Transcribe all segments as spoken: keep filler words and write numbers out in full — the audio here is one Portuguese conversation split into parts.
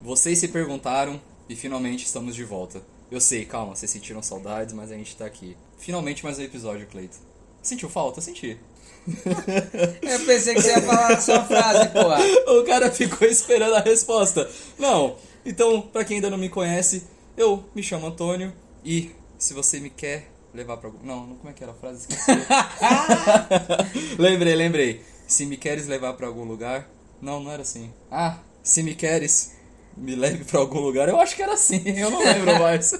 Vocês se perguntaram e finalmente estamos de volta. Eu sei, calma, vocês sentiram saudades, mas a gente tá aqui. Finalmente mais um episódio, Cleiton. Sentiu falta? Senti. Eu pensei que você ia falar a sua frase, porra. O cara ficou esperando a resposta. Não, então, pra quem ainda não me conhece, eu me chamo Antônio e se você me quer levar pra algum... Não, não, como é que era a frase? Esqueci. lembrei, lembrei. Se me queres levar pra algum lugar... Não, não era assim. Ah, se me queres... Me leve pra algum lugar, eu acho que era assim, eu não lembro mais.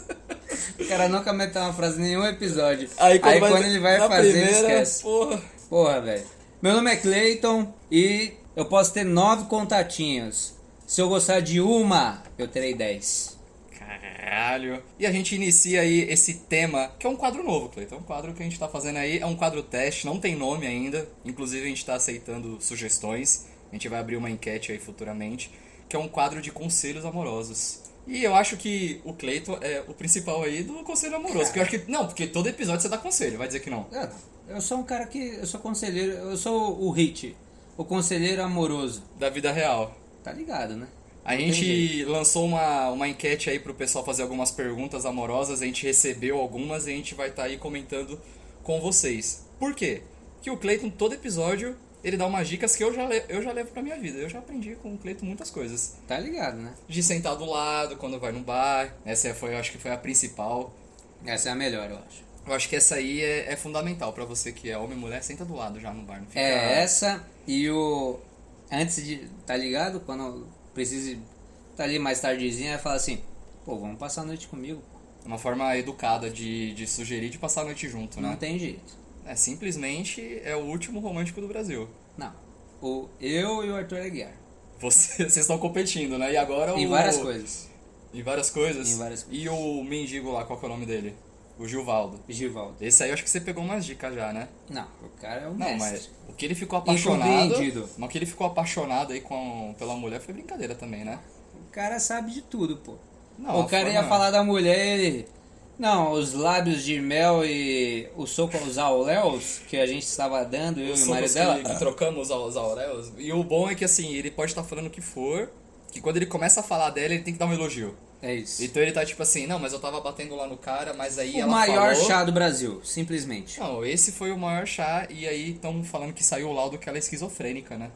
O cara nunca meteu uma frase em nenhum episódio. Aí quando, Aí, vai, quando ele vai na fazer, primeira, ele esquece. Porra. Porra, velho. Meu nome é Cleiton e eu posso ter nove contatinhos. Se eu gostar de uma, eu terei dez. Caralho. E a gente inicia aí esse tema, que é um quadro novo, Cleiton. É um quadro que a gente tá fazendo aí, é um quadro teste, não tem nome ainda. Inclusive a gente tá aceitando sugestões. A gente vai abrir uma enquete aí futuramente. Que é um quadro de conselhos amorosos. E eu acho que o Cleiton é o principal aí do conselho amoroso. Porque eu acho que... Não, porque todo episódio você dá conselho, vai dizer que não. Eu, eu sou um cara que... Eu sou conselheiro... Eu sou o Hit. O conselheiro amoroso. Da vida real. Tá ligado, né? A Não gente lançou uma, uma enquete aí pro pessoal fazer algumas perguntas amorosas. A gente recebeu algumas e a gente vai estar tá aí comentando com vocês. Por quê? Que o Cleiton, todo episódio... Ele dá umas dicas que eu já, le- eu já levo pra minha vida. Eu já aprendi com o Cleiton muitas coisas. Tá ligado, né? De sentar do lado quando vai no bar. Essa foi, eu acho que foi a principal. Essa é a melhor, eu acho. Eu acho que essa aí é, é fundamental pra você que é homem e mulher. Senta do lado já no bar. Não fica... É essa e o... Antes de... Tá ligado? Quando precisa... Tá ali mais tardezinha, ela fala assim... Pô, vamos passar a noite comigo. Uma forma educada de, de sugerir de passar a noite junto, né? Não tem jeito. É, simplesmente é o último romântico do Brasil. Não. O, eu e o Arthur Aguiar. Você, vocês estão competindo, né? E agora Em o... várias coisas. Em várias coisas? Em várias coisas. E o mendigo lá, qual que é o nome dele? O Gilvaldo. Givaldo. Esse aí eu acho que você pegou umas dicas já, né? Não, o cara é o Não, mestre. mas o que ele ficou apaixonado... Incompreendido. Mas o que ele ficou apaixonado aí com, pela mulher foi brincadeira também, né? O cara sabe de tudo, pô. Não, o a cara forma- ia falar da mulher, ele... Não, os lábios de mel e o soco aos auréols que a gente estava dando, eu Os e o marido socos dela. que, que trocamos aos auréolos. E o bom é que assim, ele pode estar falando o que for, que quando ele começa a falar dela, ele tem que dar um elogio. É isso. Então ele tá tipo assim, não, mas eu tava batendo lá no cara, mas aí O ela maior falou... chá do Brasil, simplesmente. Não, esse foi o maior chá, e aí estão falando que saiu o laudo que ela é esquizofrênica, né?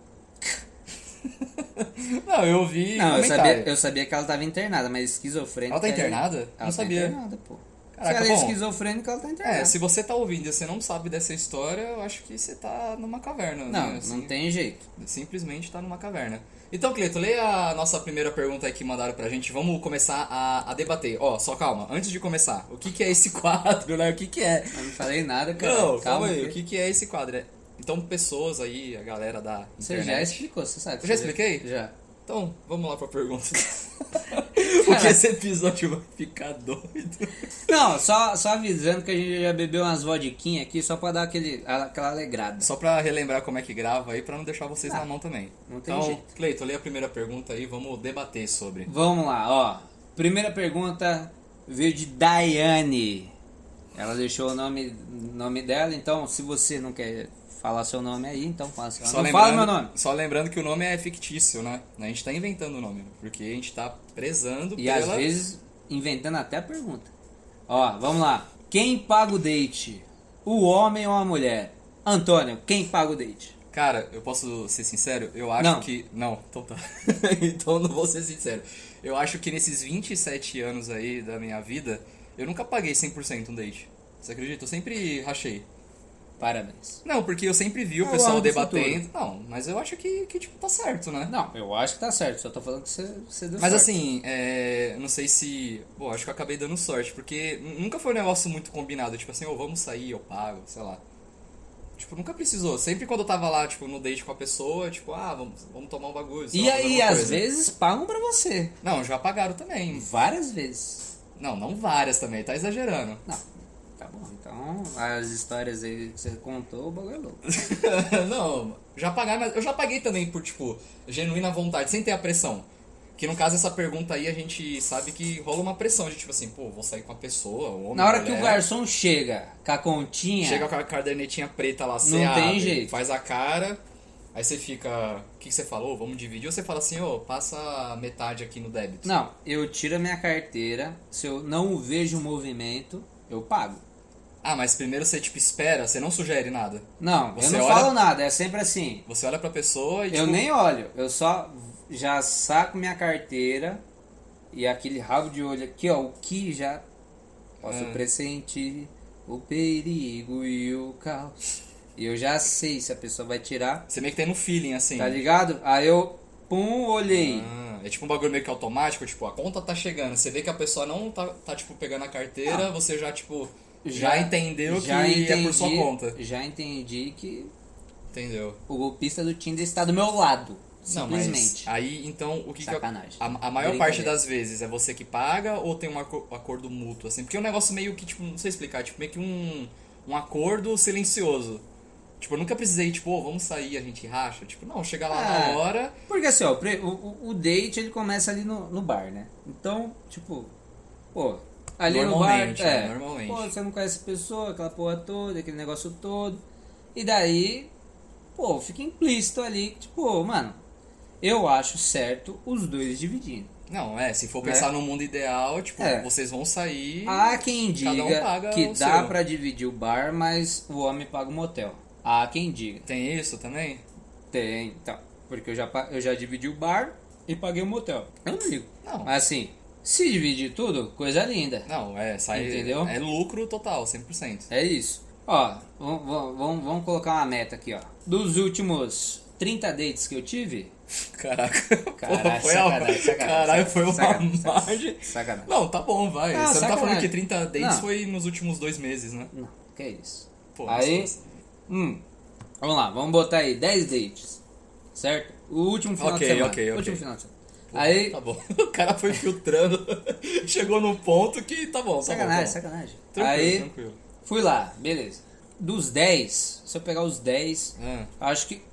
Não, eu vi Não, eu comentário. sabia, eu sabia que ela estava internada, mas esquizofrênica... Ela tá é- internada? Ela Não tá sabia. internada, pô. Caraca, se ela é bom. esquizofrênica, ela tá internada. É, se você tá ouvindo e você não sabe dessa história, eu acho que você tá numa caverna. Não, né? Assim, não tem jeito. Simplesmente tá numa caverna. Então, Cleiton, leia a nossa primeira pergunta aí que mandaram pra gente. Vamos começar a, a debater. Ó, só calma, antes de começar, o que que é esse quadro, né? O que que é? Eu não falei nada, cara. Não, calma, Calma aí, que- o que que é esse quadro? É- Então, pessoas aí, a galera da Você internet... já explicou, você sabe. Eu já Você expliquei? Já. Então, vamos lá pra pergunta. Porque esse episódio vai ficar doido. Não, só, só avisando que a gente já bebeu umas vodiquinhas aqui só pra dar aquele, aquela alegrada. Só pra relembrar como é que grava aí, pra não deixar vocês Ah, na mão também. não tem então, jeito. Cleiton, lê a primeira pergunta aí, vamos debater sobre. Vamos lá, ó. Primeira pergunta veio de Daiane. Ela deixou o nome, nome dela, então se você não quer falar seu nome aí, então fala seu nome. Não fala meu nome. Só lembrando que o nome é fictício, né? A gente tá inventando o nome, porque a gente tá prezando E pela... às vezes inventando até a pergunta. Ó, vamos lá. Quem paga o date? O homem ou a mulher? Antônio, quem paga o date? Cara, eu posso ser sincero? Eu acho Não. que... Não, então tá. Então não vou ser sincero. Eu acho que nesses vinte e sete anos aí da minha vida, eu nunca paguei cem por cento um date. Você acredita? Eu sempre rachei. Parabéns. Não, porque eu sempre vi o É o pessoal homem do debatendo. Não, mas eu acho que, que tipo, tá certo, né? Não, eu acho que tá certo, só tô falando que você, você deu Mas sorte. assim, é, não sei se... Bom, acho que eu acabei dando sorte, porque nunca foi um negócio muito combinado. Tipo assim, ô, vamos sair, eu pago, sei lá. Tipo, nunca precisou. Sempre quando eu tava lá, tipo, no date com a pessoa, tipo, ah, vamos, vamos tomar um bagulho. sei E lá, fazer aí, alguma às coisa. vezes, pagam pra você. Não, já pagaram também. Várias vezes. Não, não várias também, tá exagerando. Não, tá bom. Então, as histórias aí que você contou, o bagulho é louco. Não, já pagar, mas eu já paguei também por, tipo, genuína vontade, sem ter a pressão. Que no caso, essa pergunta aí, a gente sabe que rola uma pressão de tipo assim, pô, vou sair com a pessoa, o homem, Na hora mulher, que o garçom chega com a continha... chega com a cadernetinha preta lá, você Não tem abre, jeito. faz a cara, Aí você fica, o que, que você falou? Vamos dividir? Ou você fala assim, ô, oh, passa metade aqui no débito? Não, eu tiro a minha carteira, se eu não vejo o movimento, eu pago. Ah, mas primeiro você, tipo, espera, você não sugere nada? Não, você eu não olha, falo nada, é sempre assim. Você olha pra pessoa e, Eu tipo... nem olho, eu só já saco minha carteira e aquele rabo de olho aqui, ó, o que já posso é. pressentir o perigo e o caos. E eu já sei se a pessoa vai tirar. Você meio que tem no feeling, assim. Tá ligado? Aí eu, pum, olhei. Ah, é tipo um bagulho meio que automático, tipo, a conta tá chegando. Você vê que a pessoa não tá, tá tipo, pegando a carteira, ah. você já, tipo, já, já entendeu já que entendi, é por sua conta. Já entendi que... Entendeu. O golpista do Tinder está do meu lado. Simplesmente. Não, mas aí, então, o que Sacanagem. que... A, a maior parte das vezes é você que paga ou tem um acordo mútuo, assim? Porque é um negócio meio que, tipo, não sei explicar, tipo, meio que um, um acordo silencioso. Tipo, eu nunca precisei, tipo, oh, vamos sair, a gente racha. Tipo, não, chega lá é, na hora... Porque assim, ó, o, o date, ele começa ali no, no bar, né? Então, tipo, pô, ali no bar... É, normalmente. Pô, você não conhece a pessoa, aquela porra toda, aquele negócio todo. E daí, pô, fica implícito ali, tipo, mano, eu acho certo os dois dividindo. Não, é, se for pensar é. no mundo ideal, tipo, é. vocês vão sair... Há quem diga um que dá seu. pra dividir o bar, mas o homem paga o motel. Há quem diga. Tem isso também? Tem, então. Porque eu já, eu já dividi o bar e paguei o motel. Eu não ligo. Não. Mas assim, se dividir tudo, coisa linda. Não, é, sai... Entendeu? É lucro total, cem por cento. É isso. Ó, vamos, vamos, vamos colocar uma meta aqui, ó. Dos últimos trinta dates que eu tive... Caraca, Caraca, Pô, foi sacanagem, uma... sacanagem, Caralho, foi uma sacanagem, margem... Sacanagem. Não, tá bom, vai. Não, Você sacanagem. não tá falando que trinta dates não. foi nos últimos dois meses, né? Não, que isso. Pô, aí, nossa. hum, vamos lá, vamos botar aí dez dates, certo? O último final okay, de semana. Ok, ok, último final de semana. Pô, aí, tá bom. O cara foi filtrando, chegou num ponto que tá bom, tá sacanagem, bom, tá bom. sacanagem. Tranquilo, aí, tranquilo. Fui lá, beleza. Dos dez, se eu pegar os dez, é. acho que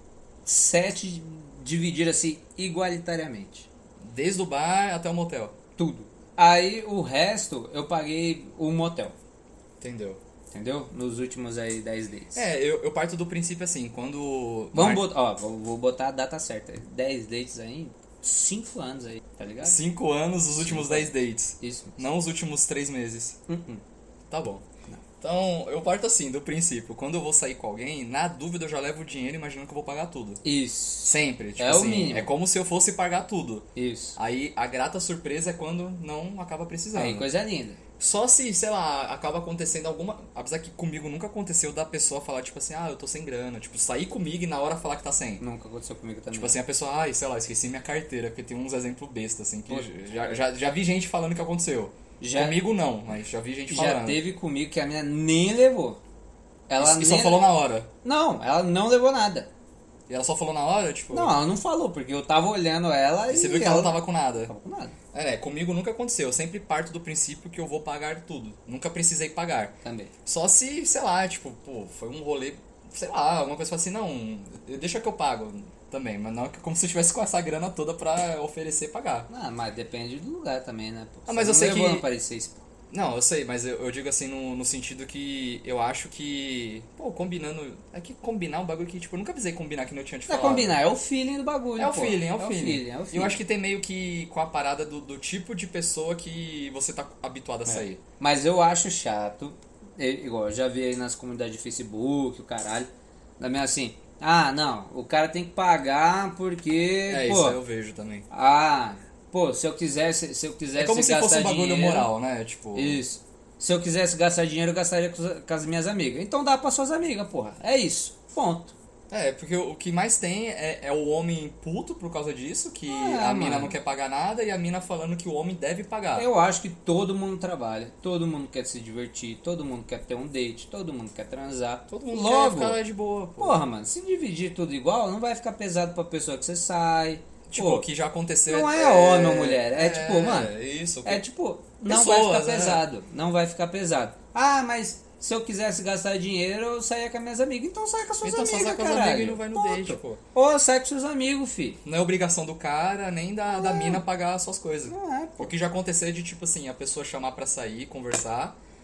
sete dividir assim igualitariamente. Desde o bar até o motel. Tudo. Aí o resto eu paguei o motel. Entendeu? Entendeu? Nos últimos aí dez dates. É, eu, eu parto do princípio assim, quando... Vamos botar, ó, vou botar a data certa. dez dates aí, cinco anos aí, tá ligado? cinco anos, os últimos cinco dez dates. Isso. Não os últimos três meses. Uh-uh. Tá bom. Então, eu parto assim, do princípio, quando eu vou sair com alguém, na dúvida eu já levo o dinheiro imaginando que eu vou pagar tudo. Isso. Sempre. Tipo é assim, o mínimo. É como se eu fosse pagar tudo. Isso. Aí, a grata surpresa é quando não acaba precisando. Aí, coisa linda. Só se, sei lá, acaba acontecendo alguma... Apesar que comigo nunca aconteceu da pessoa falar, tipo assim, ah, eu tô sem grana. Tipo, sair comigo e na hora falar que tá sem. Nunca aconteceu comigo também. Tipo assim, a pessoa, ai, sei lá, esqueci minha carteira. Porque tem uns exemplos bestas, assim, que já, já, já vi gente falando que aconteceu. Já, comigo não, mas já vi gente falando. Já teve comigo que a menina nem levou. Ela e nem... só falou na hora? Não, ela não levou nada. E ela só falou na hora, tipo... Não, ela não falou, porque eu tava olhando ela e... E você viu que ela não tava com nada? Tava com nada. É, comigo nunca aconteceu. Eu sempre parto do princípio que eu vou pagar tudo. Nunca precisei pagar. Também. Só se, sei lá, tipo, pô, foi um rolê... Sei lá, alguma coisa assim, não... Deixa que eu pago também. Mas não é como se eu estivesse com essa grana toda pra oferecer e pagar. Ah, mas depende do lugar também, né? Pô, ah, mas eu sei que... Não parecer isso, pô. Não, eu sei, mas eu, eu digo assim no, no sentido que eu acho que... Pô, combinando... É que combinar é um bagulho que, tipo, eu nunca precisei combinar que não tinha te falado. Não é combinar, é o feeling do bagulho, É o pô. feeling, é o é feeling. O feeling, é o feeling. Eu acho que tem meio que com a parada do, do tipo de pessoa que você tá habituado a sair. É. Mas eu acho chato, igual, eu já vi aí nas comunidades de Facebook, o caralho, também assim... Ah, não, o cara tem que pagar porque... É, pô, isso aí eu vejo também. Ah, pô, se eu quisesse, se eu quisesse É como se fosse um bagulho dinheiro, moral, né? Tipo... Isso. Se eu quisesse gastar dinheiro, eu gastaria com as minhas amigas. Então dá pra suas amigas, porra. É isso. Ponto. É, porque o que mais tem é, é o homem puto por causa disso, que é, a mina mano. não quer pagar nada e a mina falando que o homem deve pagar. Eu acho que todo mundo trabalha, todo mundo quer se divertir, todo mundo quer ter um date, todo mundo quer transar. Todo mundo Logo, quer ficar de boa, pô. Porra, mano, se dividir tudo igual, não vai ficar pesado pra pessoa que você sai. Tipo, pô, o que já aconteceu... Não é, é homem ou mulher, é, é tipo, mano... É isso. É tipo, não pessoas, vai ficar é. pesado, não vai ficar pesado. Ah, mas... Se eu quisesse gastar dinheiro, eu saía com as minhas amigas. Então sai com as suas então, amigas, só sai com as caralho. amigas e não vai no Ponto. date, pô. Ou sai com seus amigos, fi. Não é obrigação do cara, nem da, é. da mina pagar as suas coisas. Não é, pô. O que já aconteceu é de, tipo assim, a pessoa chamar pra sair, conversar,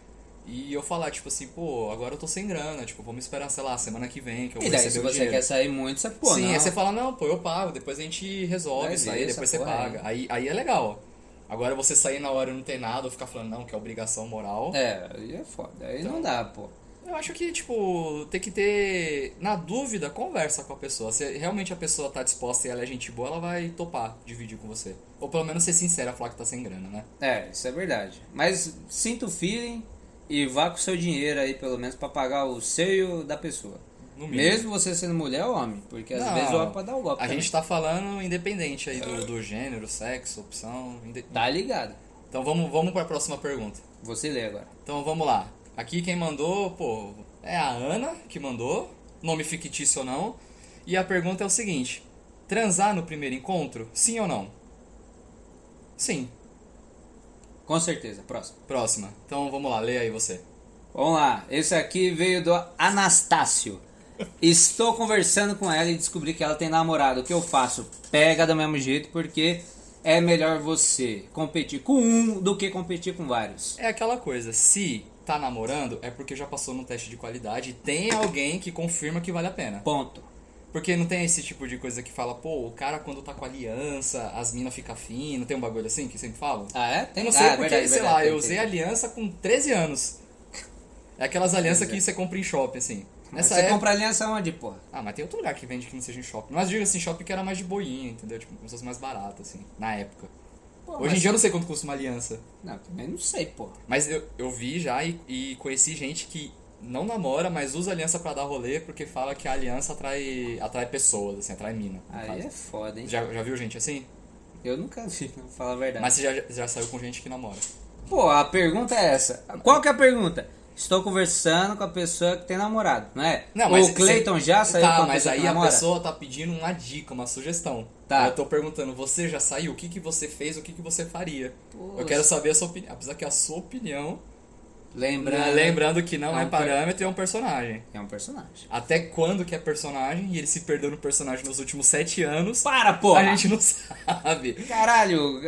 e eu falar, tipo assim, pô, agora eu tô sem grana, tipo, vamos esperar, sei lá, semana que vem que eu e vou daí, receber se o você dinheiro. quer sair muito, você pô, Sim, não. aí você fala, não, pô, eu pago, depois a gente resolve Vai isso ver aí, essa depois você porra paga. Aí, aí é legal. Agora você sair na hora e não ter nada, ou ficar falando, não, que é obrigação moral. É, aí é foda, aí Então, não dá, pô. Eu acho que, tipo, tem que ter, na dúvida, conversa com a pessoa. Se realmente a pessoa tá disposta e ela é gente boa, ela vai topar dividir com você. Ou pelo menos ser sincera, falar que tá sem grana, né? É, isso é verdade. Mas sinta o feeling e vá com o seu dinheiro aí, pelo menos, pra pagar o seu e o da pessoa. No mínimo. Mesmo você sendo mulher ou homem, porque às Não, vezes o homem pode dar o golpe A também. gente tá falando independente aí do, do gênero, sexo, opção. inde- Tá ligado. Então vamos, vamos pra próxima pergunta. Você lê agora. Então vamos lá. Aqui quem mandou, pô, é a Ana que mandou, nome fictício ou não. E a pergunta é o seguinte: transar no primeiro encontro, sim ou não? Sim. Com certeza, próximo. Próxima. Então vamos lá, lê aí você. Vamos lá, esse aqui veio do Anastácio. Estou conversando com ela e descobri que ela tem namorado. O que eu faço? Pega do mesmo jeito, porque é melhor você competir com um do que competir com vários. É aquela coisa, se tá namorando, é porque já passou no teste de qualidade e tem alguém que confirma que vale a pena. Ponto. Porque não tem esse tipo de coisa que fala, pô, o cara quando tá com aliança, as minas ficam afim, não tem um bagulho assim que sempre falam? Ah, é? Tem Eu não sei ah, porque, verdade, sei verdade, lá, tem, eu tem, usei tem. aliança com treze anos. É aquelas alianças Pois é. que você compra em shopping, assim. Mas Nessa você época... compra aliança onde, porra? Ah, mas tem outro lugar que vende que não seja em shopping. Mas diga assim, shopping que era mais de boinha, entendeu? Tipo, coisas mais baratas, assim, na época. Pô, Hoje mas- em dia eu não sei quanto custa uma aliança. Não, também não sei, porra. Mas eu, eu vi já e, e conheci gente que não namora, mas usa aliança pra dar rolê porque fala que a aliança atrai, atrai pessoas, assim, atrai mina. no Aí caso. é foda, hein? Já, já viu gente assim? Eu nunca vi, não fala a verdade. Mas você já, já saiu com gente que namora. Pô, a pergunta é essa. Qual que é a pergunta? Estou conversando com a pessoa que tem namorado, não é? Não, mas o Cleiton você- já saiu tá, com a mas pessoa aí que a namora? pessoa tá pedindo uma dica, uma sugestão. Tá. Eu tô perguntando, você já saiu? O que, que você fez? O que, que você faria? Poxa. Eu quero saber a sua opinião. Apesar que a sua opinião, Lembrando, lembrando que não É é, um per- parâmetro, é um personagem. é um personagem. Até quando que é personagem e ele se perdeu no personagem nos últimos sete anos, Para, porra! a gente não sabe. Caralho!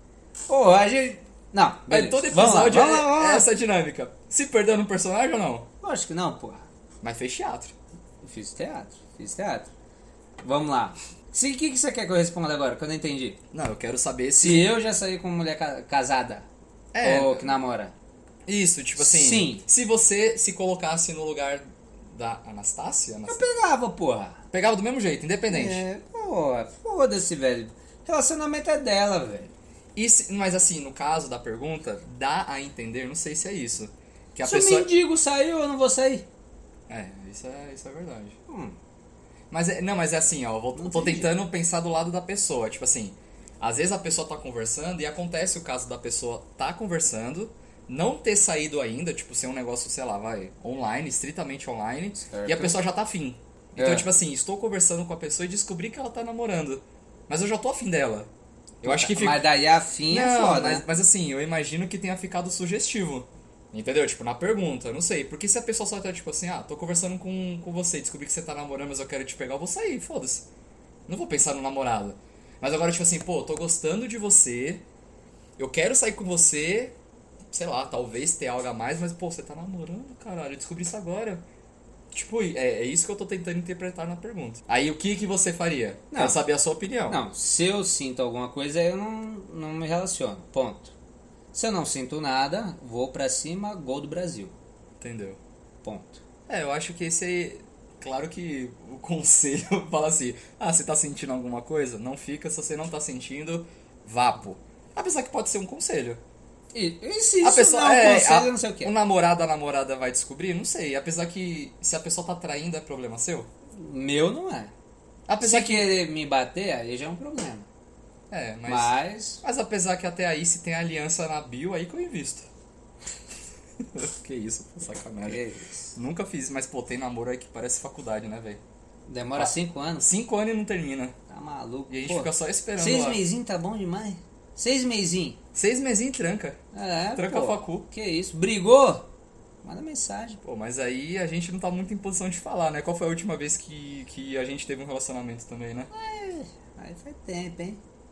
Pô, a gente... Não, Aí beleza. todo Vamos lá, episódio vamos lá, é, vamos lá. é essa dinâmica. Se perdeu no personagem ou não? Lógico que não, porra. Mas fez teatro. Eu fiz teatro, fiz teatro. Vamos lá. Se o que, que você quer que eu responda agora, que eu não entendi? Não, eu quero saber se... Se eu já saí com mulher ca- casada, É. ou que namora, Isso, tipo assim... Sim. Se você se colocasse no lugar da Anastácia... eu Anastácia pegava, porra. pegava do mesmo jeito, independente. É, porra, foda-se, velho. Relacionamento é dela, velho. E se- mas assim, no caso da pergunta, dá a entender, não sei se é isso. Que a Se pessoa... o mendigo saiu, eu não vou sair. É, isso é, isso é verdade. Hum. Mas é, não, mas é assim, ó, eu vou, Não tô entendi. tentando pensar do lado da pessoa. Tipo assim, às vezes a pessoa tá conversando e acontece o caso da pessoa tá conversando, não ter saído ainda, tipo, ser um negócio, sei lá, vai, online, estritamente online, Certo. e a pessoa já tá afim. Então, É. tipo assim, estou conversando com a pessoa e descobri que ela tá namorando. Mas eu já tô afim dela. Eu acho que fica. Mas daí a fim é Não, foda, mas, né? mas assim, eu imagino que tenha ficado sugestivo. Entendeu? Tipo, na pergunta, eu não sei. Porque se a pessoa só tá tipo assim, ah, tô conversando com, com você, descobri que você tá namorando, mas eu quero te pegar, eu vou sair, foda-se. Não vou pensar no namorado. Mas agora, tipo assim, pô, tô gostando de você, eu quero sair com você, sei lá, talvez ter algo a mais, mas pô, você tá namorando, caralho, eu descobri isso agora. Tipo, é, é isso que eu tô tentando interpretar na pergunta. Aí o que que você faria? Não. Quero saber a sua opinião. Não, se eu sinto alguma coisa, eu não, não me relaciono. Ponto. Se eu não sinto nada, vou pra cima, gol do Brasil. Entendeu? Ponto. É, eu acho que esse aí... Claro que o conselho fala assim, ah, você tá sentindo alguma coisa? Não fica, se você não tá sentindo, vapo. Apesar que pode ser um conselho. E, e se A isso pessoa, não é é, um conselho, a- eu não sei o que. o namorado, a namorada vai descobrir? Não sei. Apesar que se a pessoa tá traindo, é problema seu? Meu não é. Apesar Se que... querer me bater, aí já é um problema. É, mas... Mas... Mas apesar que até aí, se tem aliança na bio, aí que eu invisto. Que isso, pô, sacanagem. é isso. Nunca fiz, mas pô, tem namoro aí que parece faculdade, né, velho? Demora Ah. cinco anos. Cinco anos e não termina. Tá maluco. E a gente Pô, fica só esperando Seis lá. meizinhos tá bom demais. Seis meizinhos. Seis mesinhos e tranca. É, Tranca pô. a facu. Que isso? Brigou? Manda mensagem. Pô, mas aí a gente não tá muito em posição de falar, né? Qual foi a última vez que, que a gente teve um relacionamento também, né? Aí faz tempo, hein?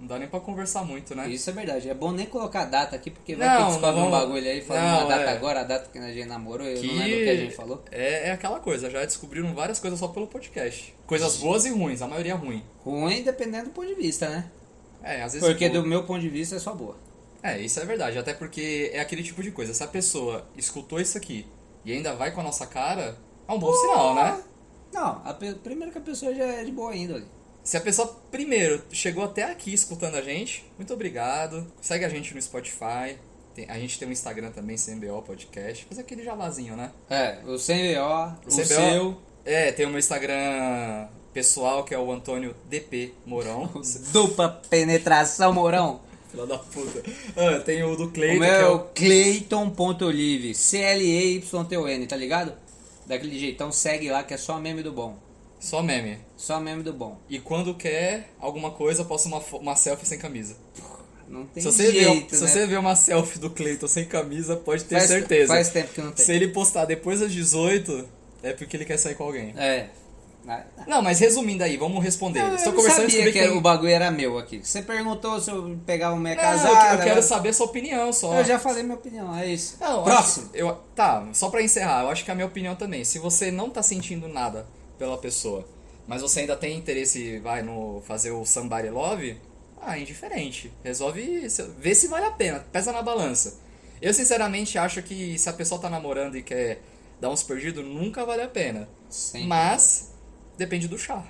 Não dá nem pra conversar muito, né? Isso é verdade. É bom nem colocar a data aqui, porque vai Não, que descobre não um vamos- bagulho aí, falando não, a data é. agora, a data que a gente namorou, eu Que não lembro o que a gente falou. É, é aquela coisa, já descobriram várias coisas só pelo podcast. Coisas boas e ruins, a maioria ruim. Ruim dependendo do ponto de vista, né? É, às vezes... Porque tipo, do meu ponto de vista é só boa. É, isso é verdade, até porque é aquele tipo de coisa. Se a pessoa escutou isso aqui e ainda vai com a nossa cara, é um bom sinal, né? Não, a pe- primeiro que a pessoa já é de boa índole. Se a pessoa, primeiro, chegou até aqui escutando a gente, muito obrigado. Segue a gente no Spotify. Tem- a gente tem um Instagram também, C M B O Podcast. Fazer aquele javazinho, né? É, o C M B O, o, C M B O seu, É, tem o meu Instagram pessoal, que é o Antônio D P Mourão. dupla penetração, Mourão. Filha da puta. Ah, tem o do O Cleiton, meu que é é o o... Cleiton.olive, C L E Y T O N, tá ligado? Daquele jeitão, segue lá que é só meme do bom. Só meme. Só meme do bom. E quando quer alguma coisa, posta uma, fo- uma selfie sem camisa. Não tem Se você, jeito, vê, se né? você vê uma selfie do Cleiton sem camisa, pode ter faz, certeza. Faz tempo que não tem. Se ele postar depois das dezoito, é porque ele quer sair com alguém. É. Não, mas resumindo aí, vamos responder. Eu Estou não conversando sabia sobre que quem... o bagulho era meu aqui. Você perguntou se eu pegava uma Não, casada. eu, eu quero né? saber a sua opinião só. Eu já falei minha opinião, é isso. Não, Próximo. acho- eu, tá, só pra encerrar, eu acho que é a minha opinião também. Se você não tá sentindo nada pela pessoa, mas você ainda tem interesse, vai, no fazer o somebody love, ah, é indiferente. Resolve se- ver se vale a pena, pesa na balança. Eu sinceramente acho que se a pessoa tá namorando e quer dar uns perdidos, nunca vale a pena. Sempre, Mas depende do chá.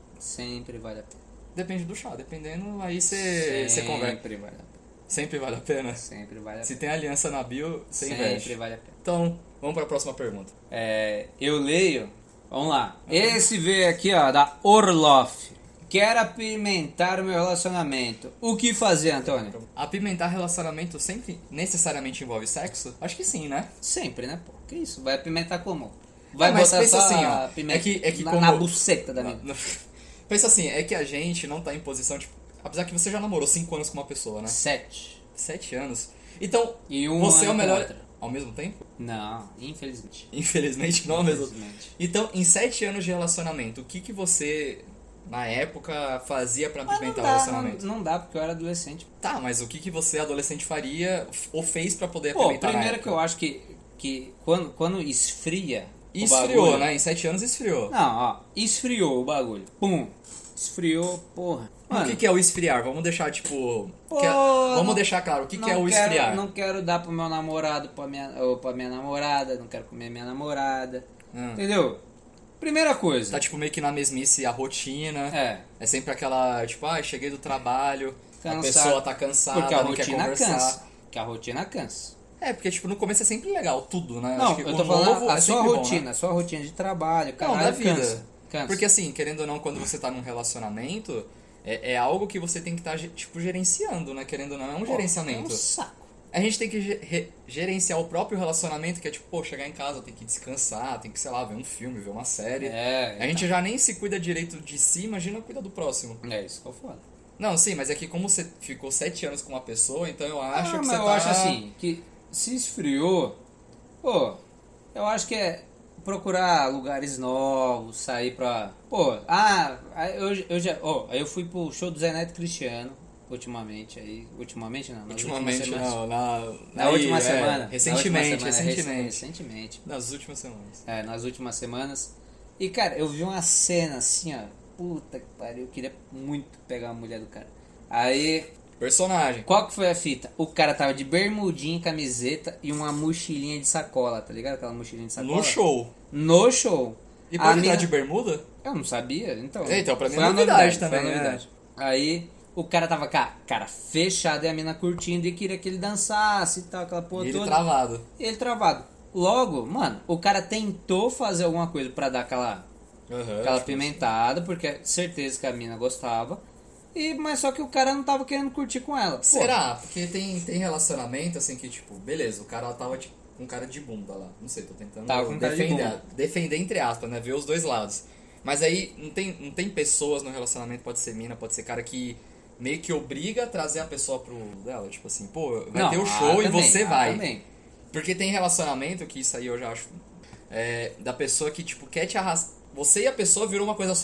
sempre vale a pena. Depende do chá, dependendo, aí você você conversa. Sempre vale a pena. Sempre vale a pena. Sempre vale a Se pena. tem aliança na bio, você Sempre investe. vale a pena. Então, vamos para a próxima pergunta. É, eu leio. Vamos lá. Esse veio aqui, ó, da Orloff. Quero apimentar o meu relacionamento. O que fazer, Antônio? Apimentar relacionamento sempre necessariamente envolve sexo? Acho que sim, né? Sempre, né, pô? Que isso? Vai apimentar como? Vai Não, mas botar pensa só assim, ó, a pimenta é que- é que na, como- na buceta da mina. Não- Pensa assim, é que a gente não tá em posição, tipo... Apesar que você já namorou cinco anos com uma pessoa, né? Sete. Sete anos. Então, E um você é o ano com melhor... outra. Ao mesmo tempo? Não, infelizmente. Infelizmente, não ao mesmo Infelizmente. Então, em sete anos de relacionamento, o que que você, na época, fazia pra Mas não apimentar o dá, relacionamento? não, não dá, porque eu era adolescente. Tá, mas o que que você, adolescente, faria ou fez pra poder Pô, apimentar na primeiro época? que eu acho que, que quando, quando esfria o Esfriou, bagulho... né? Em sete anos esfriou. Não, ó, esfriou o bagulho. Pum. Esfriou, porra. o que, que é o esfriar? Vamos deixar, tipo... Pô, que é- vamos não- deixar claro, o que, que não é o quero- esfriar? Não quero dar pro meu namorado, pra minha, ou pra minha namorada, não quero comer minha namorada. Hum. Entendeu? Primeira coisa. Tá, tipo, meio que na mesmice a rotina. É. É sempre aquela, tipo, ah, cheguei do trabalho, a Cansado. pessoa tá cansada, Porque a não quer rotina conversar. cansa. Porque a rotina cansa. É, porque, tipo, no começo é sempre legal, tudo, né? Não, Acho que eu o tô falando novo a é sua sempre bom, rotina, né? a sua rotina de trabalho, Não, caralho, da vida. cansa. Cansa. Porque, assim, querendo ou não, quando você tá num relacionamento, é, é algo que você tem que estar, tipo, gerenciando, né? Querendo ou não, é um Pô, gerenciamento. É um saco. A gente tem que ge- re- gerenciar o próprio relacionamento, que é tipo, pô, chegar em casa, tem que descansar, tem que, sei lá, ver um filme, ver uma série. É, A gente já nem se cuida direito de si, imagina cuidar do próximo. É isso que eu falo. Não, sim, mas é que como você ficou sete anos com uma pessoa, então eu acho ah, que mas você eu tá... acho assim, que se esfriou, pô, eu acho que é procurar lugares novos, sair pra... Pô, ah, aí eu, eu já... Ó, aí eu fui pro show do Zé Neto Cristiano, ultimamente, aí... Ultimamente não, nas Ultimamente, últimas semanas. não, na... Na aí, última é, semana. Recentemente, Na última semana, recentemente. Recentemente. Nas últimas semanas. É, nas últimas semanas. E, cara, eu vi uma cena assim, ó. Puta que pariu, eu queria muito pegar a mulher do cara. Aí, Personagem. qual que foi a fita? O cara tava de bermudinha, camiseta e uma mochilinha de sacola, tá ligado? Aquela mochilinha de sacola. No show. No show. E A pode entrar mina- de bermuda? Eu não sabia, então. É, então, pra mim foi é uma novidade foi também, uma é. novidade. Aí, o cara tava, cara, cara fechado e a mina curtindo e queria que ele dançasse e tal, aquela porra E ele toda. travado. E ele travado. Logo, mano, o cara tentou fazer alguma coisa pra dar aquela, Uhum, aquela tipo, pimentada, porque certeza que a mina gostava. E, mas só que o cara não tava querendo curtir com ela. Pô, Será? Porque tem, tem relacionamento assim que, tipo, beleza, o cara tava tipo, com cara de bunda lá. Não sei, tô tentando Tava com cara de defender, bunda. defender entre aspas, né? Ver os dois lados. Mas aí não tem, não tem pessoas no relacionamento, pode ser mina, pode ser cara que meio que obriga a trazer a pessoa pro dela. Tipo assim, pô, vai não, ter o ah, show e também, você ah, vai. também. Porque tem relacionamento, que isso aí eu já acho, é, da pessoa que, tipo, quer te arrastar. Você e a pessoa virou uma coisa só.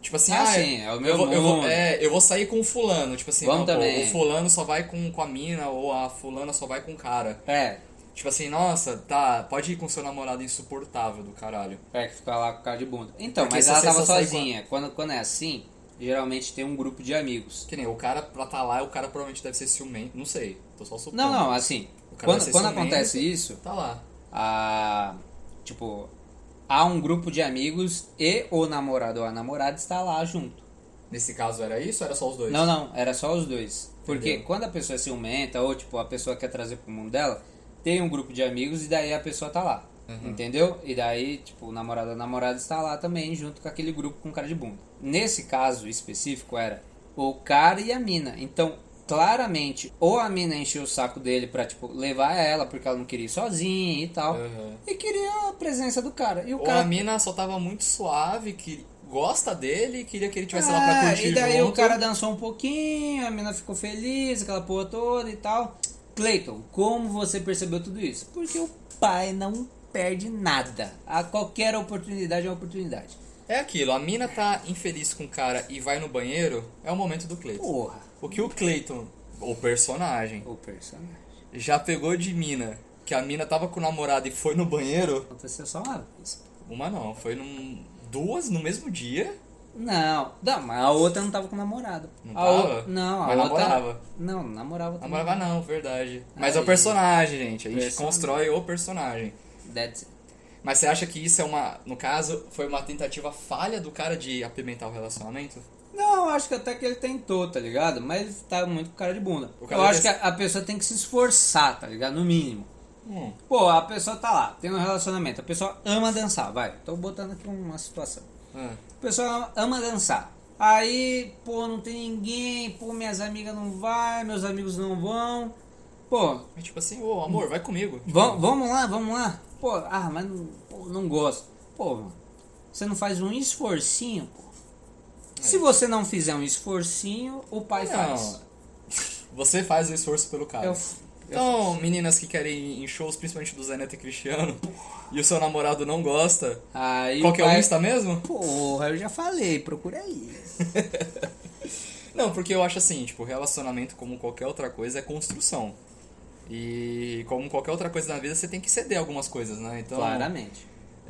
Tipo assim, ah, ah, sim, é o meu eu vou, eu vou, mundo. é, eu vou sair com o fulano. Tipo assim, Vamos não, pô, também. o fulano só vai com, com a mina, ou a fulana só vai com o cara. É. Tipo assim, nossa, tá, pode ir com seu namorado insuportável do caralho. É, que fica lá com cara de bunda. Então, Porque mas se ela você tava só sai sozinha. Quando, quando é assim, geralmente tem um grupo de amigos. Que nem, o cara pra tá lá, o cara provavelmente deve ser ciumento. Não sei, tô só supondo. Não, não, assim, O cara quando, vai ser quando ciumento, acontece isso, Tá lá. a, tipo, há um grupo de amigos e o namorado ou a namorada está lá junto. Nesse caso era isso ou era só os dois? Não, não, era só os dois. Porque Entendeu? quando a pessoa é ciumenta ou, tipo, a pessoa quer trazer pro mundo dela, tem um grupo de amigos e daí a pessoa tá lá. Uhum. Entendeu? E daí, tipo, o namorado ou a namorada está lá também, junto com aquele grupo com cara de bunda. Nesse caso específico era o cara e a mina. Então, claramente, ou a mina encheu o saco dele pra, tipo, levar ela porque ela não queria ir sozinha e tal. Uhum. E queria a presença do cara. E o Ou cara... a mina só tava muito suave, que gosta dele e queria que ele tivesse Ah, lá pra curtir e daí junto. o cara dançou um pouquinho, a mina ficou feliz, aquela porra toda e tal. Cleiton, como você percebeu tudo isso? Porque o pai não perde nada. A qualquer oportunidade é uma oportunidade. É aquilo, a mina tá infeliz com o cara e vai no banheiro, é o momento do Cleiton. Porra. O que o Cleiton, o personagem, O personagem. já pegou de mina, que a mina tava com o namorado e foi no banheiro, Aconteceu só uma vez. uma não, foi num, duas no mesmo dia. Não, não, mas a outra não tava com namorado. Não a tava? o... Não, a Mas outra... namorava? Não, namorava também. Namorava não, verdade. Mas é Aí. o personagem, gente. A gente Personagem. constrói o personagem. That's it. Mas você acha que isso é uma, no caso, foi uma tentativa falha do cara de apimentar o relacionamento? Não, acho que até que ele tentou, tá ligado? Mas tá muito com cara de bunda. O cara Eu acho desse- que a, a pessoa tem que se esforçar, tá ligado? No mínimo. Hum. Pô, a pessoa tá lá, tem um relacionamento, a pessoa ama dançar, vai. Tô botando aqui uma situação. Ah. A pessoa ama dançar. Aí, pô, não tem ninguém, pô, minhas amigas não vai, meus amigos não vão. Pô, É tipo assim, ô amor, vai comigo. Tipo, vam- vamos lá, vamos lá. Pô, ah, mas não, pô, não gosto. Pô, mano, você não faz um esforcinho, pô. Se você não fizer um esforcinho, o pai não. faz. Você faz o esforço pelo cara. Eu, Então, meninas que querem ir em shows, principalmente do Zé Neto e Cristiano, e o seu namorado não gosta, aí qual o que é o pai- Insta mesmo? Porra, eu já falei, procura aí. Não, porque eu acho assim, tipo, relacionamento, como qualquer outra coisa, é construção. E como qualquer outra coisa na vida, você tem que ceder algumas coisas, né? Então, Claramente.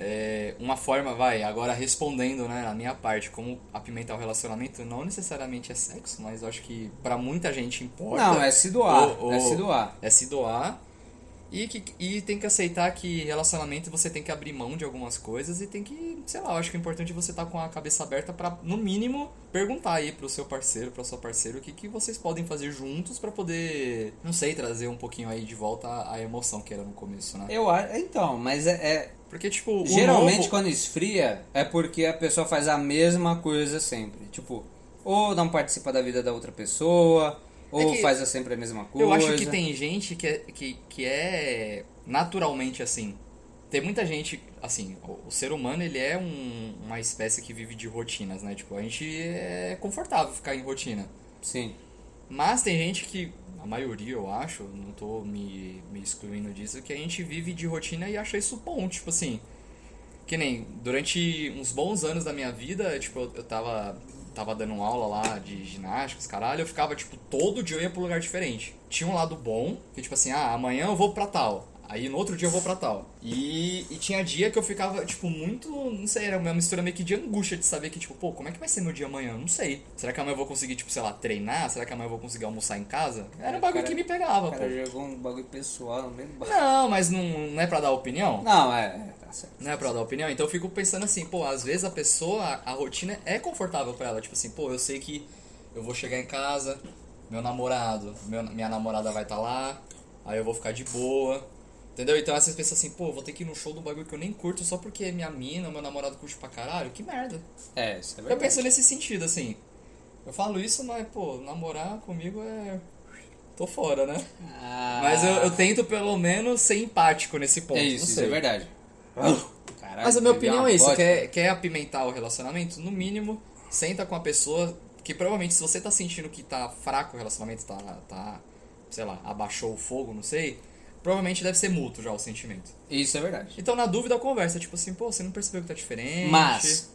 é, uma forma, vai, agora respondendo, né, a minha parte, como apimentar o relacionamento, não necessariamente é sexo, mas eu acho que pra muita gente importa. Não, é se doar, Ou- ou- é se doar. É se doar. E, que, e tem que aceitar que relacionamento você tem que abrir mão de algumas coisas e tem que, sei lá, eu acho que é importante você estar com a cabeça aberta pra, no mínimo, perguntar aí pro seu parceiro, pra sua parceira, o que, que vocês podem fazer juntos pra poder, não sei, trazer um pouquinho aí de volta a, a emoção que era no começo, né? Eu acho, então, mas é, é- Porque, tipo, o geralmente novo- quando esfria é porque a pessoa faz a mesma coisa sempre. Tipo, ou não participa da vida da outra pessoa, ou É que faz sempre a mesma coisa. Eu acho que tem gente que é, que, que é naturalmente assim. Tem muita gente, assim, o, o ser humano ele é um- uma espécie que vive de rotinas, né? Tipo, a gente é confortável ficar em rotina. Sim. Mas tem gente que, a maioria eu acho, não tô me, me excluindo disso, que a gente vive de rotina e acha isso bom, tipo assim. Que nem, durante uns bons anos da minha vida, tipo, eu, eu tava, tava dando aula lá de ginástica, caralho, eu ficava, tipo, todo dia eu ia pra um lugar diferente. Tinha um lado bom, que tipo assim, ah, amanhã eu vou pra tal. Aí no outro dia eu vou pra tal. E, e tinha dia que eu ficava, tipo, muito, não sei, era uma mistura meio que de angústia de saber que, tipo, pô, como é que vai ser meu dia amanhã? Não sei. Será que amanhã eu vou conseguir, tipo, sei lá, treinar? Será que amanhã eu vou conseguir almoçar em casa? Era um bagulho Cara, que me pegava, O pô. cara jogou um bagulho pessoal no meio do bar. Não, mas não, não é pra dar opinião? Não, é, é, tá certo. Não é pra dar opinião? Então eu fico pensando assim, pô, às vezes a pessoa, a, a rotina é confortável pra ela. Tipo assim, pô, eu sei que eu vou chegar em casa, meu namorado, meu, minha namorada vai estar lá, aí eu vou ficar de boa. Entendeu? Então às vezes pensa assim, pô, vou ter que ir no show do bagulho que eu nem curto só porque minha mina, meu namorado curte pra caralho. Que merda. É, isso é Eu verdade. penso nesse sentido, assim. Eu falo isso, mas, pô, namorar comigo é. Tô fora, né? Ah, Mas eu, eu tento pelo menos ser empático nesse ponto. É não isso, isso sei. é verdade. Caralho, Mas a minha bebi opinião uma é isso, vodka. quer, quer apimentar o relacionamento? No mínimo, senta com a pessoa que provavelmente se você tá sentindo que tá fraco o relacionamento, tá, tá, sei lá, abaixou o fogo, não sei, provavelmente deve ser mútuo já o sentimento. Isso é verdade. Então na dúvida conversa, tipo assim, pô, você não percebeu que tá diferente? Mas,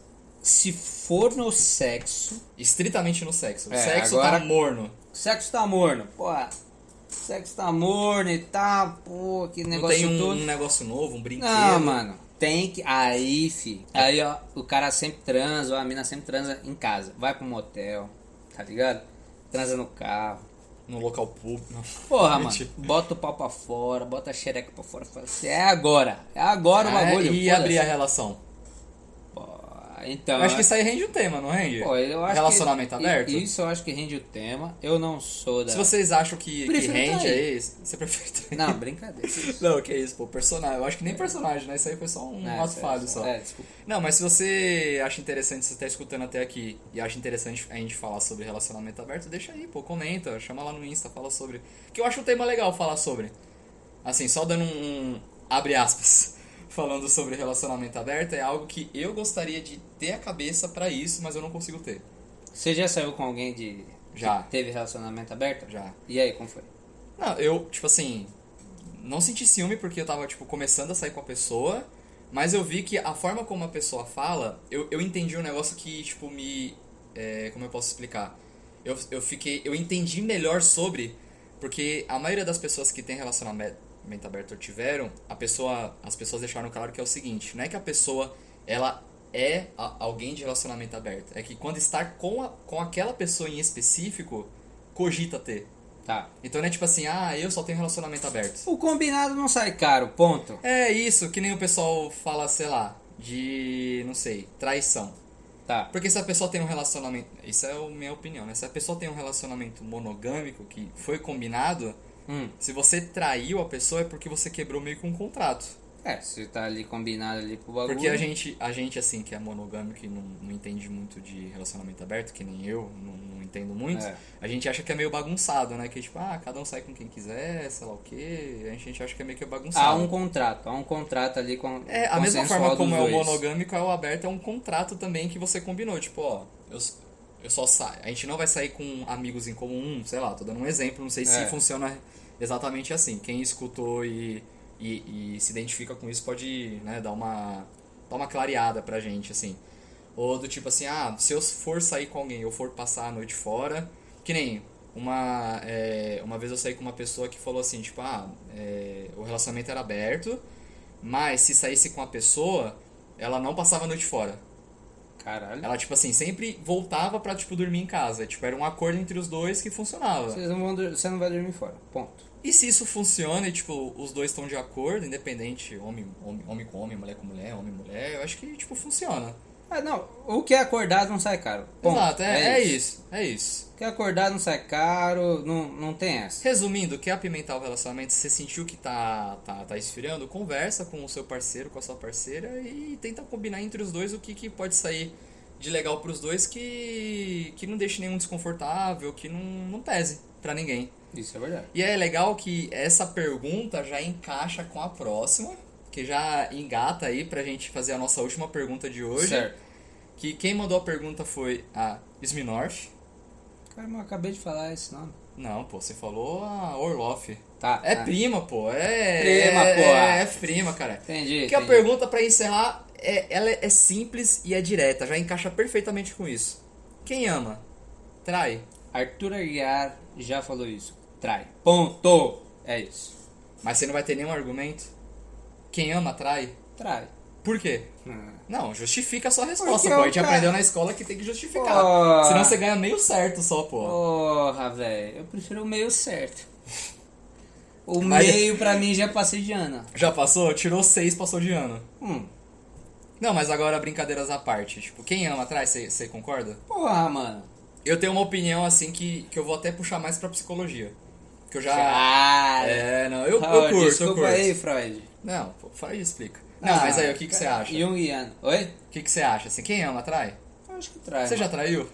se for no sexo... Estritamente no sexo. O É, sexo agora- tá morno. Sexo tá morno, pô. Sexo tá morno e tal, pô, que Não negócio tem um, todo. um negócio novo, um brinquedo. Não, mano. Tem que. Aí, fi. Aí, ó, o cara sempre transa, ou a mina sempre transa em casa. Vai pro motel, tá ligado? Transa no carro. No local público. Não. Porra, Mentira. mano. Bota o pau pra fora, bota a xereca pra fora. Fala assim, é agora. É agora o Ah, bagulho. e foda-se. abrir a relação. Pô, então. Eu acho que isso aí rende um tema, não rende? Pô, eu acho Relacionamento que, aberto? Isso eu acho que rende o tema. Eu não sou da. Se vocês acham que, que Prefiro rende trair. aí, você prefere trair? Não, brincadeira. Não, que isso, pô, personagem. Eu acho que nem personagem, né? Isso aí foi só um É, ato sério, falho só. É, desculpa. Não, mas se você acha interessante, se você tá escutando até aqui e acha interessante a gente falar sobre relacionamento aberto, deixa aí, pô, comenta, chama lá no Insta, fala sobre. Que eu acho um tema legal falar sobre. Assim, só dando um, um abre aspas, falando sobre relacionamento aberto, é algo que eu gostaria de ter a cabeça pra isso, mas eu não consigo ter. Você já saiu com alguém de. Já. Que teve relacionamento aberto? Já. E aí, como foi? Não, eu, tipo assim, não senti ciúme porque eu tava, tipo, começando a sair com a pessoa, mas eu vi que a forma como a pessoa fala, eu, eu entendi um negócio que, tipo, me... É, como eu posso explicar? Eu, eu fiquei... Eu entendi melhor sobre... Porque a maioria das pessoas que tem relacionamento aberto ou tiveram, a pessoa, as pessoas deixaram claro que é o seguinte, não é que a pessoa, ela é a, alguém de relacionamento aberto, é que quando está com, a, com aquela pessoa em específico, cogita ter. Tá. Então não é tipo assim, ah, eu só tenho relacionamento aberto. O combinado não sai caro, ponto. É isso, que nem o pessoal fala, sei lá, de, não sei, traição. Tá. Porque se a pessoa tem um relacionamento, isso é a minha opinião, né? Se a pessoa tem um relacionamento monogâmico que foi combinado, Hum. se você traiu a pessoa é porque você quebrou meio que um contrato. É, se tá ali combinado ali pro bagulho. Porque a gente, a gente assim, que é monogâmico e não, não entende muito de relacionamento aberto, que nem eu, não, não entendo muito, É. a gente acha que é meio bagunçado, né? Que tipo, ah, cada um sai com quem quiser, sei lá o quê, a gente acha que é meio que bagunçado. Há um contrato, há um contrato ali com. É, a mesma forma como é o dois. monogâmico, é o aberto, é um contrato também que você combinou. Tipo, ó, eu, eu só saio. A gente não vai sair com amigos em comum, sei lá, tô dando um exemplo, não sei se É. funciona exatamente assim. Quem escutou e, e, e se identifica com isso pode, né, dar uma, dar uma clareada pra gente, assim. Ou do tipo assim, ah, se eu for sair com alguém ou for passar a noite fora, que nem uma, é, uma vez eu saí com uma pessoa que falou assim, tipo, ah, é, o relacionamento era aberto, mas se saísse com a pessoa, ela não passava a noite fora. Caralho. Ela, tipo assim, sempre voltava pra, tipo, dormir em casa. Tipo, era um acordo entre os dois que funcionava. Vocês não vão, dur- você não vai dormir fora, ponto. E se isso funciona e, tipo, os dois estão de acordo, independente, homem, homem, homem com homem, mulher com mulher, homem e mulher, eu acho que, tipo, funciona. Ah, não, o que é acordado não sai caro, ponto. Exato, é, é isso, é isso. O que é acordado não sai caro, não, não tem essa. Resumindo, quer apimentar o relacionamento, se você sentiu que tá, tá, tá esfriando, conversa com o seu parceiro, com a sua parceira e tenta combinar entre os dois o que, que pode sair de legal pros dois que, que não deixe nenhum desconfortável, que não, não pese pra ninguém. Isso é verdade. E é legal que essa pergunta já encaixa com a próxima, que já engata aí pra gente fazer a nossa última pergunta de hoje. Certo. Que quem mandou a pergunta foi a Sminorf. Cara, mas eu acabei de falar esse nome. Não, pô, você falou a Orloff. Tá. É tá. prima, pô. É Prima, é, pô. É, é prima, cara. Entendi. Que a entendi. pergunta pra encerrar, é, ela é simples e é direta. Já encaixa perfeitamente com isso. Quem ama? Trai. Arthur Aguiar já falou isso. Trai. Ponto. É isso. Mas você não vai ter nenhum argumento? Quem ama, trai? Trai. Por quê? Hum. Não, justifica a sua resposta, Porque pô. A o gente cara- aprendeu na escola que tem que justificar. Pô. Senão você ganha meio certo só, pô. Porra, velho. Eu prefiro o meio certo. O Mas- meio pra mim já passei de ano. Já passou? Tirou seis, passou de ano. Hum. Não, mas agora brincadeiras à parte. Tipo, quem ama atrás, você você concorda? Porra, mano. Eu tenho uma opinião assim que, que eu vou até puxar mais pra psicologia. Que eu já. Cara. É, não, eu, eu Ah, curto, eu desculpa curto. aí, Freud. Não, pô, fala e explica. Não, Ah, mas aí, o que, que você acha? O Jungiano. Oi? que, que você acha? Assim, quem ama atrai? Eu acho que trai. Você já traiu?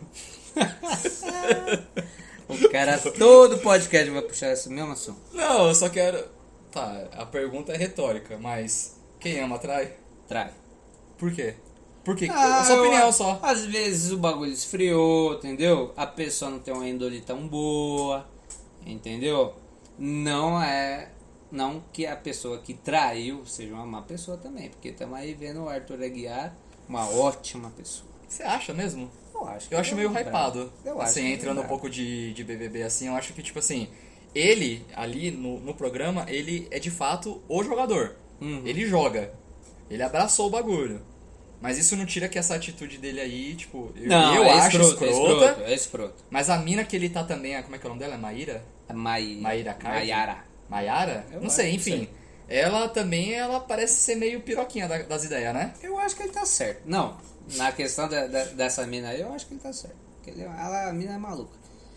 O cara todo podcast vai puxar esse mesmo assunto. Não, eu só quero. Tá, a pergunta é retórica, mas quem ama atrai? Trai. Por quê? Por quê? Ah, a sua eu- opinião só. Às vezes o bagulho esfriou, entendeu? A pessoa não tem uma índole tão boa, entendeu? Não é. Não que a pessoa que traiu seja uma má pessoa também, porque estamos aí vendo o Arthur Aguiar, uma ótima pessoa. Você acha mesmo? Eu acho. Eu acho meio lembrar. hypado. Eu acho. Assim, entrando um pouco de, de B B B, assim, eu acho que, tipo assim, ele, ali no, no programa, ele é de fato o jogador. Uhum. Ele joga. Ele abraçou o bagulho. Mas isso não tira que essa atitude dele aí, tipo, eu, não, eu é acho escroto, escrota. É escroto, é escroto. Mas a mina que ele tá também, como é que é o nome dela? É Maíra? A Mai... Maíra Cardi? Maiara. Maiara? Eu Não acho, sei, não enfim. sei. Ela também, ela parece ser meio piroquinha da- das ideias, né? Eu acho que ele tá certo. Não, na questão da, da- dessa mina aí, eu acho que ele tá certo. Porque ele, ela, a mina é maluca.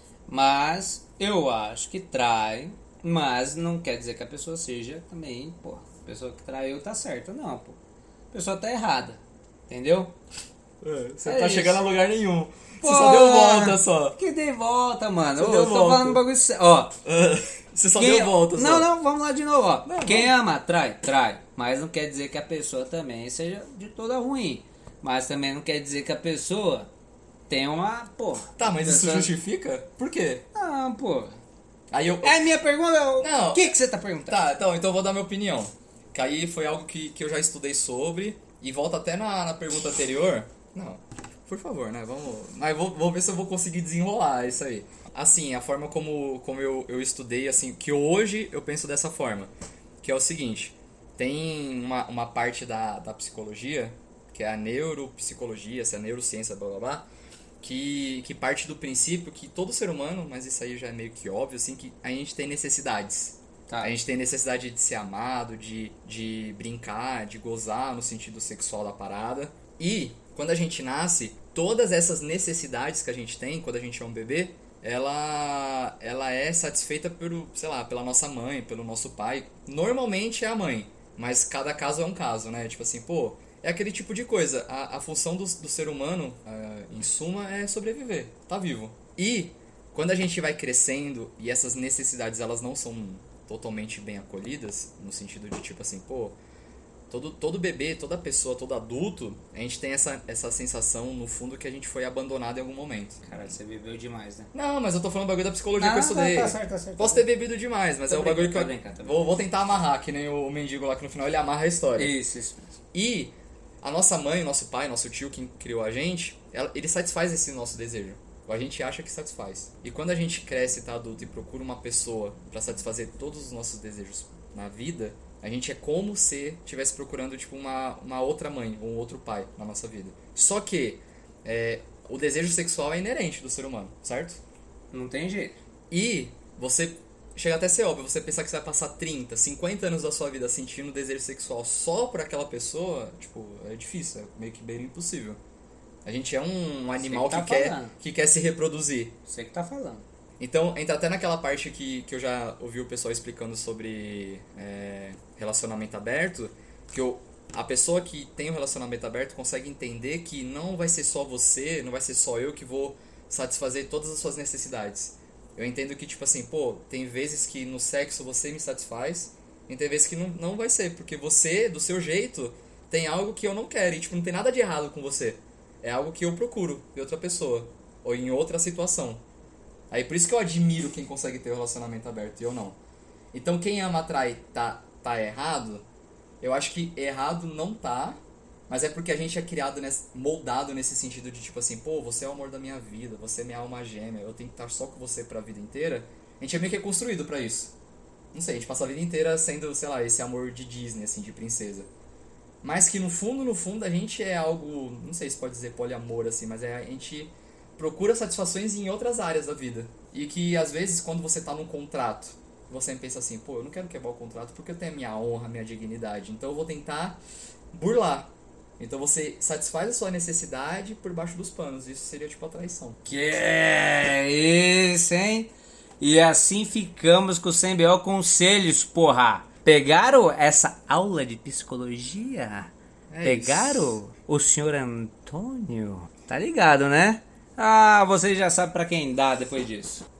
Mas eu acho que trai, mas não quer dizer que a pessoa seja também, pô, a pessoa que traiu tá certa. Não, pô. A pessoa tá errada. Entendeu? Você É não tá isso. chegando a lugar nenhum. Pô, Você só deu volta só. Que dei volta, mano. Você Ô, deu eu tô volta. falando um bagulho sério. Ó, Você só quem- deu volta só. Não, não, vamos lá de novo, ó. Não, Quem vamos. ama, trai, trai. Mas não quer dizer que a pessoa também seja de toda ruim. Mas também não quer dizer que a pessoa tenha uma, pô. Tá, mas isso pessoa- justifica? Por quê? Não, pô. Aí eu... É minha pergunta. Não. O que, que você tá perguntando? Tá, então, então eu vou dar minha opinião. Que aí foi algo que, que eu já estudei sobre. E volta até na, na pergunta anterior. Não, por favor, né? Vamos. Mas vou, vou ver se eu vou conseguir desenrolar isso aí. Assim, a forma como, como eu, eu estudei, assim, que hoje eu penso dessa forma. Que é o seguinte: tem uma, uma parte da, da psicologia, que é a neuropsicologia, essa é a neurociência, blá blá blá. Que, que parte do princípio que todo ser humano, mas isso aí já é meio que óbvio, assim, que a gente tem necessidades. Tá. A gente tem necessidade de ser amado, de, de brincar, de gozar no sentido sexual da parada. E, quando a gente nasce, todas essas necessidades que a gente tem, quando a gente é um bebê, ela, ela é satisfeita pelo, sei lá, pela nossa mãe, pelo nosso pai. Normalmente é a mãe, mas cada caso é um caso, né? Tipo assim, pô, é aquele tipo de coisa. A, a função do, do ser humano, uh, em suma, é sobreviver, tá vivo. E, quando a gente vai crescendo e essas necessidades, elas não são totalmente bem acolhidas, no sentido de tipo assim, pô, todo, todo bebê, toda pessoa, todo adulto, a gente tem essa, essa sensação no fundo que a gente foi abandonado em algum momento. Cara, você bebeu demais, né? Não, mas eu tô falando bagulho da psicologia Ah, que eu estudei. tá, tá certo, tá certo, Posso tá ter bebido demais, mas Tô é o bagulho que eu brincando, tô brincando, tô vou, vou tentar amarrar, que nem o mendigo lá que no final ele amarra a história. Isso, isso mesmo. E a nossa mãe, nosso pai, nosso tio, quem criou a gente, ela- ele satisfaz esse nosso desejo. Ou a gente acha que satisfaz. E quando a gente cresce e tá adulto e procura uma pessoa pra satisfazer todos os nossos desejos na vida, a gente é como se estivesse procurando tipo uma, uma outra mãe ou um outro pai na nossa vida. Só que é, o desejo sexual é inerente do ser humano, certo? Não tem jeito. E você chega até a ser óbvio, você pensar que você vai passar trinta, cinquenta anos da sua vida sentindo desejo sexual só por aquela pessoa, tipo, é difícil, é meio que bem impossível. A gente é um animal Você que, que tá quer, falando. que quer se reproduzir. Você que tá falando. Então, entra até naquela parte que, que eu já ouvi o pessoal explicando sobre é, relacionamento aberto, que eu, a pessoa que tem um relacionamento aberto consegue entender que não vai ser só você, não vai ser só eu que vou satisfazer todas as suas necessidades. Eu entendo que, tipo assim, pô, tem vezes que no sexo você me satisfaz, e tem vezes que não, não vai ser, porque você, do seu jeito, tem algo que eu não quero, e tipo, não tem nada de errado com você. É algo que eu procuro em outra pessoa, ou em outra situação. Aí por isso que eu admiro quem consegue ter um relacionamento aberto e eu não. Então quem ama atrai tá, tá errado? Eu acho que errado não tá, mas é porque a gente é criado, nesse, moldado nesse sentido de tipo assim, pô, você é o amor da minha vida, você é minha alma gêmea, eu tenho que estar só com você pra vida inteira. A gente é meio que construído pra isso. Não sei, a gente passa a vida inteira sendo, sei lá, esse amor de Disney, assim, de princesa. Mas que no fundo, no fundo, a gente é algo, não sei se pode dizer poliamor, assim, mas é, a gente procura satisfações em outras áreas da vida. E que, às vezes, quando você tá num contrato, você pensa assim, pô, eu não quero quebrar o contrato porque eu tenho a minha honra, a minha dignidade. Então eu vou tentar burlar. Então você satisfaz a sua necessidade por baixo dos panos. Isso seria tipo a traição. Que é isso, hein? E assim ficamos com o C M B O Conselhos, porra. Pegaram essa aula de psicologia? É Pegaram isso. o senhor Antônio? Tá ligado, né? Ah, vocês já sabem pra quem dá depois disso.